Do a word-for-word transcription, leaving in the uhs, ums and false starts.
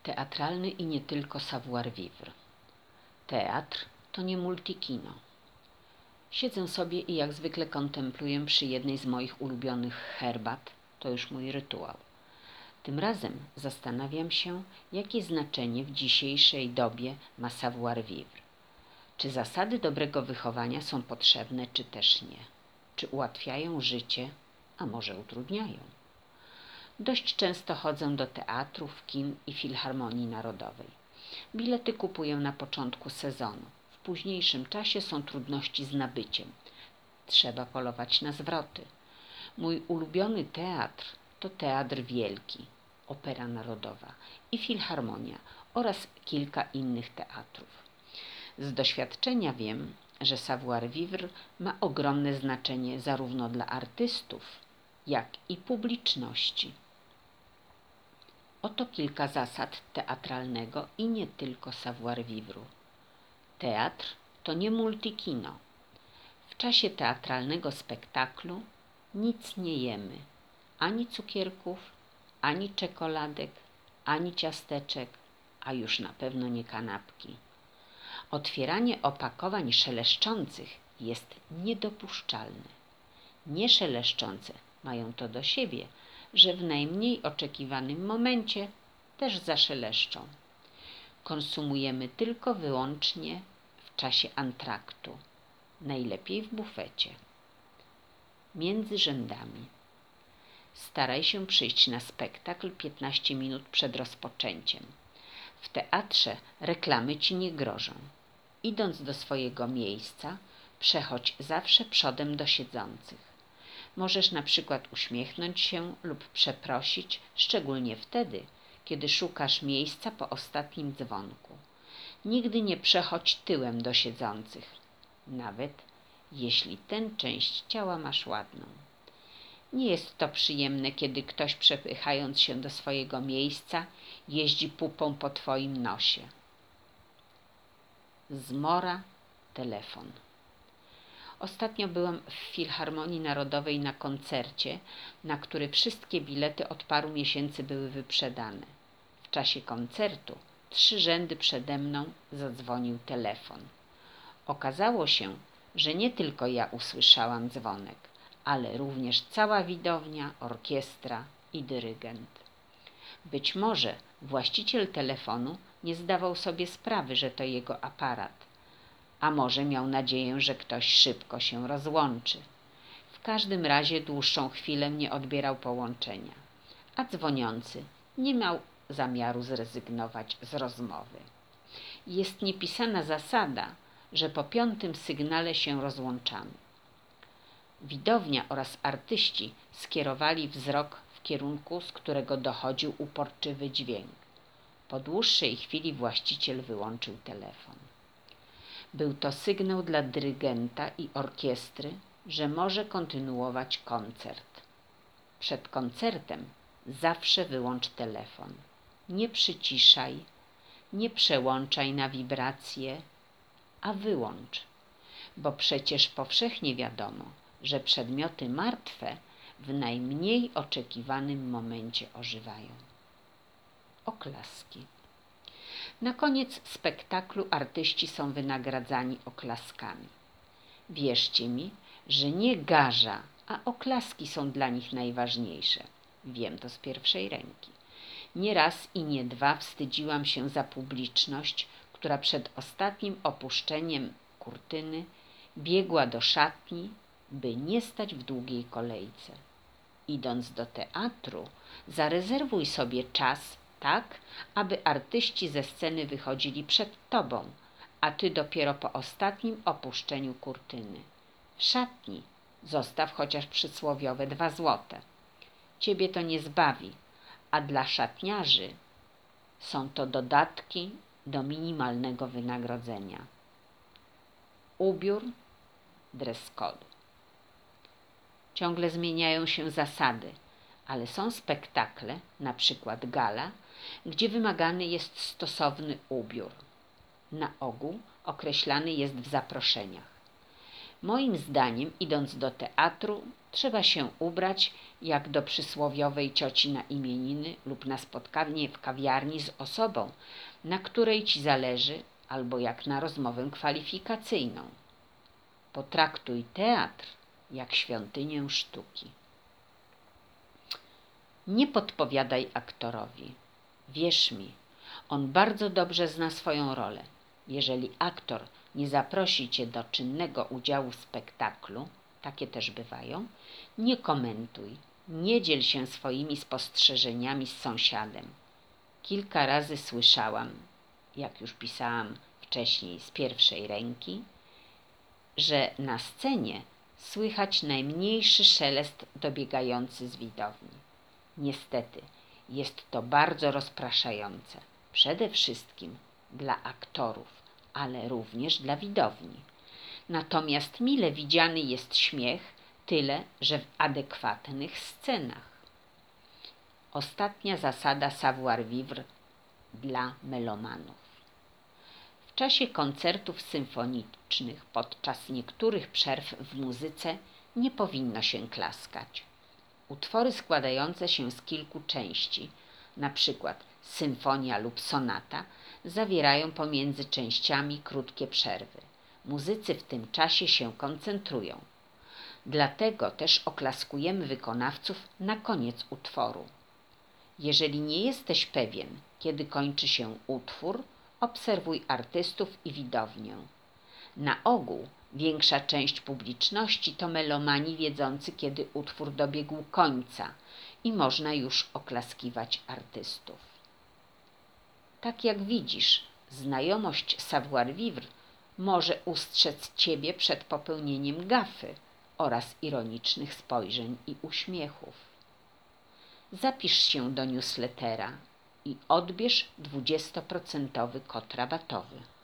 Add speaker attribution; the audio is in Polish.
Speaker 1: Teatralny i nie tylko savoir-vivre. Teatr to nie multikino. Siedzę sobie i jak zwykle kontempluję przy jednej z moich ulubionych herbat. To już mój rytuał. Tym razem zastanawiam się, jakie znaczenie w dzisiejszej dobie ma savoir-vivre. Czy zasady dobrego wychowania są potrzebne, czy też nie? Czy ułatwiają życie, a może utrudniają? Dość często chodzę do teatrów, kin i Filharmonii Narodowej. Bilety kupuję na początku sezonu. W późniejszym czasie są trudności z nabyciem. Trzeba polować na zwroty. Mój ulubiony teatr to Teatr Wielki, Opera Narodowa i Filharmonia oraz kilka innych teatrów. Z doświadczenia wiem, że savoir-vivre ma ogromne znaczenie zarówno dla artystów, jak i publiczności. Oto kilka zasad teatralnego i nie tylko savoir-vivre'u. Teatr to nie multikino. W czasie teatralnego spektaklu nic nie jemy. Ani cukierków, ani czekoladek, ani ciasteczek, a już na pewno nie kanapki. Otwieranie opakowań szeleszczących jest niedopuszczalne. Nieszeleszczące mają to do siebie, że w najmniej oczekiwanym momencie też zaszeleszczą. Konsumujemy tylko wyłącznie w czasie antraktu, najlepiej w bufecie. Między rzędami. Staraj się przyjść na spektakl piętnaście minut przed rozpoczęciem. W teatrze reklamy ci nie grożą. Idąc do swojego miejsca, przechodź zawsze przodem do siedzących. Możesz na przykład uśmiechnąć się lub przeprosić, szczególnie wtedy, kiedy szukasz miejsca po ostatnim dzwonku. Nigdy nie przechodź tyłem do siedzących, nawet jeśli tę część ciała masz ładną. Nie jest to przyjemne, kiedy ktoś, przepychając się do swojego miejsca, jeździ pupą po twoim nosie. Zmora, telefon. Ostatnio byłam w Filharmonii Narodowej na koncercie, na który wszystkie bilety od paru miesięcy były wyprzedane. W czasie koncertu, trzy rzędy przede mną, zadzwonił telefon. Okazało się, że nie tylko ja usłyszałam dzwonek, ale również cała widownia, orkiestra i dyrygent. Być może właściciel telefonu nie zdawał sobie sprawy, że to jego aparat, a może miał nadzieję, że ktoś szybko się rozłączy. W każdym razie dłuższą chwilę nie odbierał połączenia, a dzwoniący nie miał zamiaru zrezygnować z rozmowy. Jest niepisana zasada, że po piątym sygnale się rozłączamy. Widownia oraz artyści skierowali wzrok w kierunku, z którego dochodził uporczywy dźwięk. Po dłuższej chwili właściciel wyłączył telefon. Był to sygnał dla dyrygenta i orkiestry, że może kontynuować koncert. Przed koncertem zawsze wyłącz telefon. Nie przyciszaj, nie przełączaj na wibracje, a wyłącz, bo przecież powszechnie wiadomo, że przedmioty martwe w najmniej oczekiwanym momencie ożywają. Oklaski. Na koniec spektaklu artyści są wynagradzani oklaskami. Wierzcie mi, że nie garza, a oklaski są dla nich najważniejsze. Wiem to z pierwszej ręki. Nie raz i nie dwa wstydziłam się za publiczność, która przed ostatnim opuszczeniem kurtyny biegła do szatni, by nie stać w długiej kolejce. Idąc do teatru, zarezerwuj sobie czas tak, aby artyści ze sceny wychodzili przed tobą, a ty dopiero po ostatnim opuszczeniu kurtyny. W szatni zostaw chociaż przysłowiowe dwa złote. Ciebie to nie zbawi, a dla szatniarzy są to dodatki do minimalnego wynagrodzenia. Ubiór, dress code. Ciągle zmieniają się zasady, ale są spektakle, na przykład gala, gdzie wymagany jest stosowny ubiór. Na ogół określany jest w zaproszeniach. Moim zdaniem, idąc do teatru, Trzeba się ubrać jak do przysłowiowej cioci na imieniny lub na spotkanie w kawiarni z osobą, na której ci zależy, albo jak na rozmowę kwalifikacyjną. Potraktuj teatr jak świątynię sztuki. Nie podpowiadaj aktorowi. Wierz mi, on bardzo dobrze zna swoją rolę. Jeżeli aktor nie zaprosi cię do czynnego udziału w spektaklu, takie też bywają, nie komentuj, nie dziel się swoimi spostrzeżeniami z sąsiadem. Kilka razy słyszałam, jak już pisałam wcześniej z pierwszej ręki, że na scenie słychać najmniejszy szelest dobiegający z widowni. Niestety, jest to bardzo rozpraszające, przede wszystkim dla aktorów, ale również dla widowni. Natomiast mile widziany jest śmiech, tyle że w adekwatnych scenach. Ostatnia zasada savoir-vivre dla melomanów. W czasie koncertów symfonicznych, podczas niektórych przerw w muzyce nie powinno się klaskać. Utwory składające się z kilku części, na przykład symfonia lub sonata, zawierają pomiędzy częściami krótkie przerwy. Muzycy w tym czasie się koncentrują. Dlatego też oklaskujemy wykonawców na koniec utworu. Jeżeli nie jesteś pewien, kiedy kończy się utwór, obserwuj artystów i widownię. Na ogół większa część publiczności to melomani wiedzący, kiedy utwór dobiegł końca i można już oklaskiwać artystów. Tak jak widzisz, znajomość savoir-vivre może ustrzec ciebie przed popełnieniem gafy oraz ironicznych spojrzeń i uśmiechów. Zapisz się do newslettera i odbierz dwudziestoprocentowy kod rabatowy.